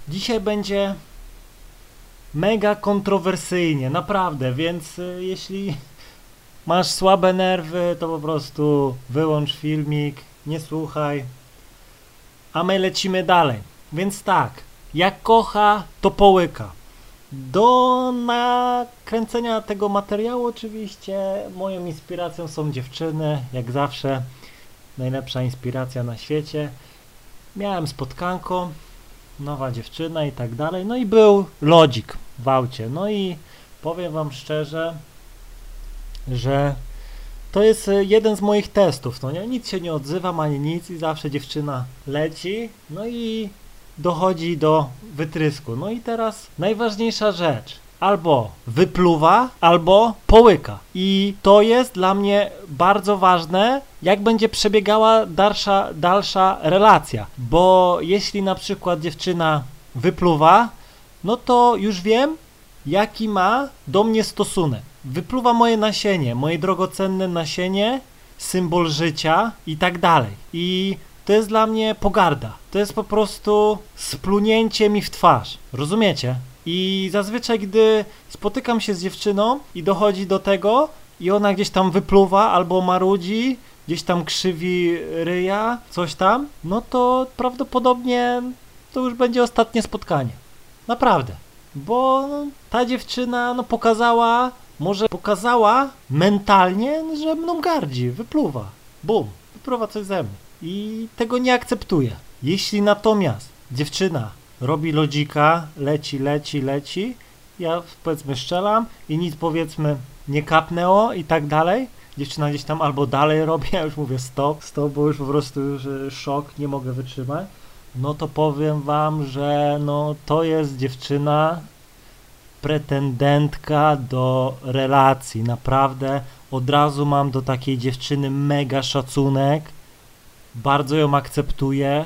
Dzisiaj będzie mega kontrowersyjnie, naprawdę, więc jeśli masz słabe nerwy, to po prostu wyłącz filmik, nie słuchaj, a my lecimy dalej. Więc tak, jak kocha, to połyka. Do nakręcenia tego materiału oczywiście moją inspiracją są dziewczyny, jak zawsze najlepsza inspiracja na świecie. Miałem spotkanko, nowa dziewczyna i tak dalej, no i był lodzik w aucie. No i powiem wam szczerze, że to jest jeden z moich testów, no nie? Nic się nie odzywam ani nic i zawsze dziewczyna leci, no i dochodzi do wytrysku. No i teraz najważniejsza rzecz. Albo wypluwa, albo połyka. I to jest dla mnie bardzo ważne, jak będzie przebiegała dalsza relacja. Bo jeśli na przykład dziewczyna wypluwa, no to już wiem, jaki ma do mnie stosunek. Wypluwa moje nasienie, moje drogocenne nasienie, symbol życia i tak dalej. I to jest dla mnie pogarda. To jest po prostu splunięcie mi w twarz. Rozumiecie? I zazwyczaj, gdy spotykam się z dziewczyną i dochodzi do tego i ona gdzieś tam wypluwa albo marudzi, gdzieś tam krzywi ryja, coś tam, no to prawdopodobnie to już będzie ostatnie spotkanie. Naprawdę. Bo ta dziewczyna pokazała mentalnie, że mną gardzi, wypluwa. Bum, wypluwa coś ze mnie. I tego nie akceptuję. Jeśli natomiast dziewczyna robi lodzika, leci, ja powiedzmy strzelam i nic powiedzmy nie kapnęło i tak dalej, dziewczyna gdzieś tam albo dalej robi, ja już mówię stop, bo już po prostu szok, nie mogę wytrzymać, no to powiem wam, że no to jest dziewczyna pretendentka do relacji, naprawdę od razu mam do takiej dziewczyny mega szacunek, bardzo ją akceptuję,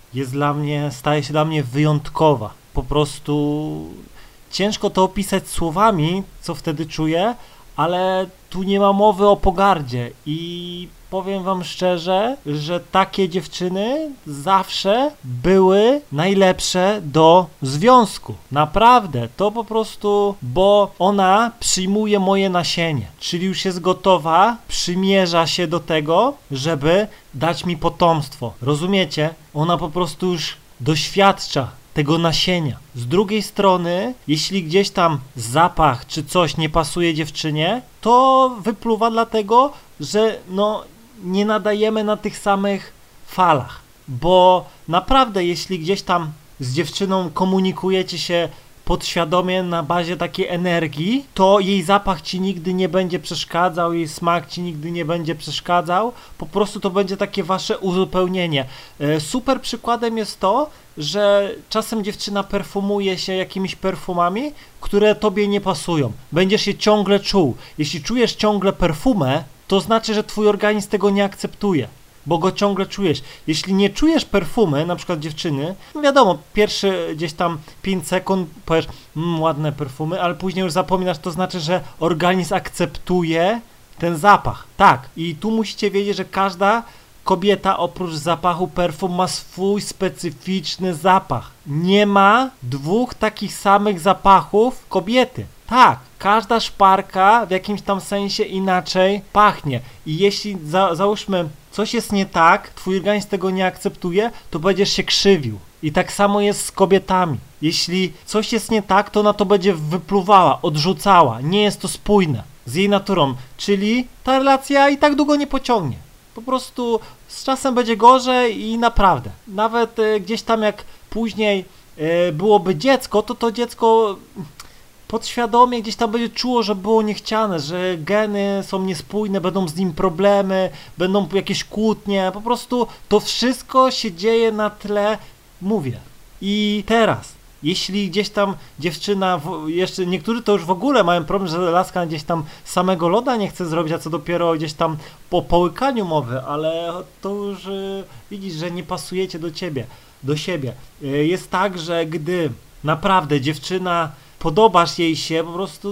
staje się dla mnie wyjątkowa. Po prostu ciężko to opisać słowami, co wtedy czuję, ale tu nie ma mowy o pogardzie i powiem wam szczerze, że takie dziewczyny zawsze były najlepsze do związku. Naprawdę, to po prostu, bo ona przyjmuje moje nasienie, czyli już jest gotowa, przymierza się do tego, żeby dać mi potomstwo. Rozumiecie? Ona po prostu już doświadcza tego nasienia. Z drugiej strony, jeśli gdzieś tam zapach czy coś nie pasuje dziewczynie, to wypluwa dlatego, że nie nadajemy na tych samych falach. Bo naprawdę, jeśli gdzieś tam z dziewczyną komunikujecie się podświadomie na bazie takiej energii, to jej zapach ci nigdy nie będzie przeszkadzał, jej smak ci nigdy nie będzie przeszkadzał, po prostu to będzie takie wasze uzupełnienie. Super przykładem jest to, że czasem dziewczyna perfumuje się jakimiś perfumami, które tobie nie pasują. Będziesz je ciągle czuł. Jeśli czujesz ciągle perfumę, to znaczy, że twój organizm tego nie akceptuje, bo go ciągle czujesz. Jeśli nie czujesz perfumy, na przykład dziewczyny, no wiadomo, pierwszy gdzieś tam 5 sekund powiesz, ładne perfumy, ale później już zapominasz, to znaczy, że organizm akceptuje ten zapach. Tak, i tu musicie wiedzieć, że każda kobieta oprócz zapachu perfum ma swój specyficzny zapach. Nie ma dwóch takich samych zapachów kobiety. Tak, każda szparka w jakimś tam sensie inaczej pachnie. I jeśli załóżmy coś jest nie tak, twój organizm tego nie akceptuje, to będziesz się krzywił. I tak samo jest z kobietami. Jeśli coś jest nie tak, to ona to będzie wypluwała, odrzucała. Nie jest to spójne z jej naturą. Czyli ta relacja i tak długo nie pociągnie. Po prostu z czasem będzie gorzej i naprawdę. Nawet gdzieś tam jak później byłoby dziecko, to dziecko podświadomie gdzieś tam będzie czuło, że było niechciane, że geny są niespójne, będą z nim problemy, będą jakieś kłótnie, po prostu to wszystko się dzieje na tle, mówię. I teraz, jeśli gdzieś tam dziewczyna, jeszcze niektórzy to już w ogóle mają problem, że laska gdzieś tam samego loda nie chce zrobić, a co dopiero gdzieś tam po połykaniu mowy, ale to już widzisz, że nie pasujecie do siebie. Jest tak, że gdy naprawdę dziewczyna podobasz jej się, po prostu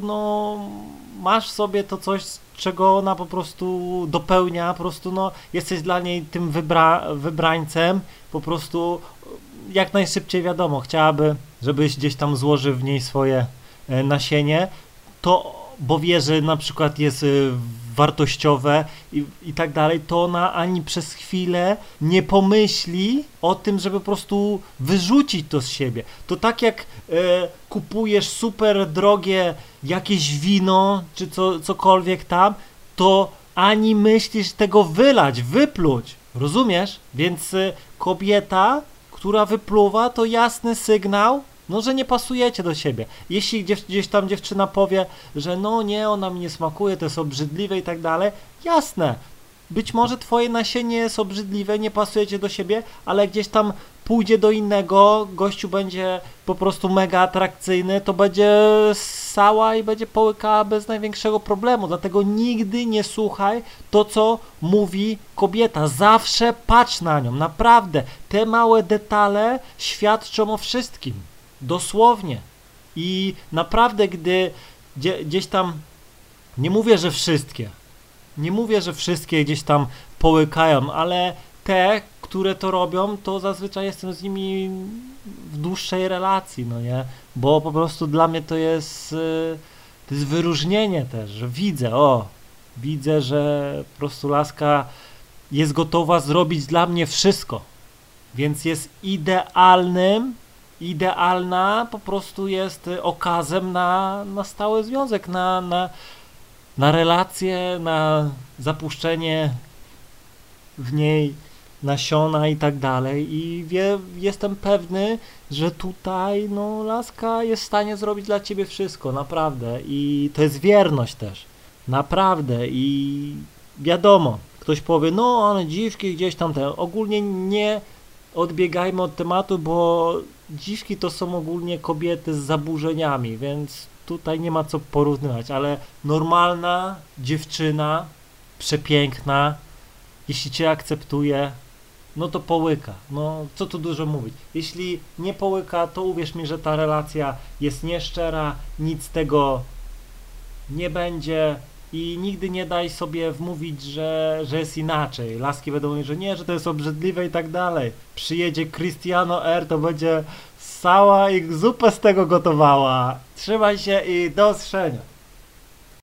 masz w sobie to coś, czego ona po prostu dopełnia, po prostu jesteś dla niej tym wybrańcem, po prostu jak najszybciej wiadomo, chciałaby żebyś gdzieś tam złożył w niej swoje nasienie, to, bo wie, że na przykład jest wartościowe i tak dalej, to ona ani przez chwilę nie pomyśli o tym, żeby po prostu wyrzucić to z siebie. To tak jak kupujesz super drogie jakieś wino, czy cokolwiek tam, to ani myślisz tego wylać, wypluć. Rozumiesz? Więc kobieta, która wypluwa, to jasny sygnał, no, że nie pasujecie do siebie. Jeśli gdzieś tam dziewczyna powie, że no nie, ona mi nie smakuje, to jest obrzydliwe i tak dalej, jasne. Być może twoje nasienie jest obrzydliwe, nie pasujecie do siebie, ale gdzieś tam pójdzie do innego, gościu będzie po prostu mega atrakcyjny, to będzie ssała i będzie połykała bez największego problemu. Dlatego nigdy nie słuchaj to, co mówi kobieta. Zawsze patrz na nią, naprawdę. Te małe detale świadczą o wszystkim. Dosłownie. I naprawdę, gdy gdzieś tam, nie mówię, że wszystkie, gdzieś tam połykają, ale te, które to robią, to zazwyczaj jestem z nimi w dłuższej relacji, no nie? Bo po prostu dla mnie to jest wyróżnienie też, że widzę, że po prostu laska jest gotowa zrobić dla mnie wszystko, więc jest idealna po prostu jest okazem na stały związek, na relacje, na zapuszczenie w niej nasiona i tak dalej i jestem pewny, że tutaj no laska jest w stanie zrobić dla ciebie wszystko, naprawdę i to jest wierność też, naprawdę i wiadomo, ktoś powie, no one dziwki gdzieś tam, ogólnie nie odbiegajmy od tematu, bo dziwki to są ogólnie kobiety z zaburzeniami, więc tutaj nie ma co porównywać, ale normalna dziewczyna, przepiękna, jeśli cię akceptuje, no to połyka. No co tu dużo mówić. Jeśli nie połyka, to uwierz mi, że ta relacja jest nieszczera, nic z tego nie będzie i nigdy nie daj sobie wmówić, że jest inaczej. Laski będą mówić, że nie, że to jest obrzydliwe i tak dalej. Przyjedzie Cristiano R, to będzie ssała i zupę z tego gotowała. Trzymaj się i do usłyszenia.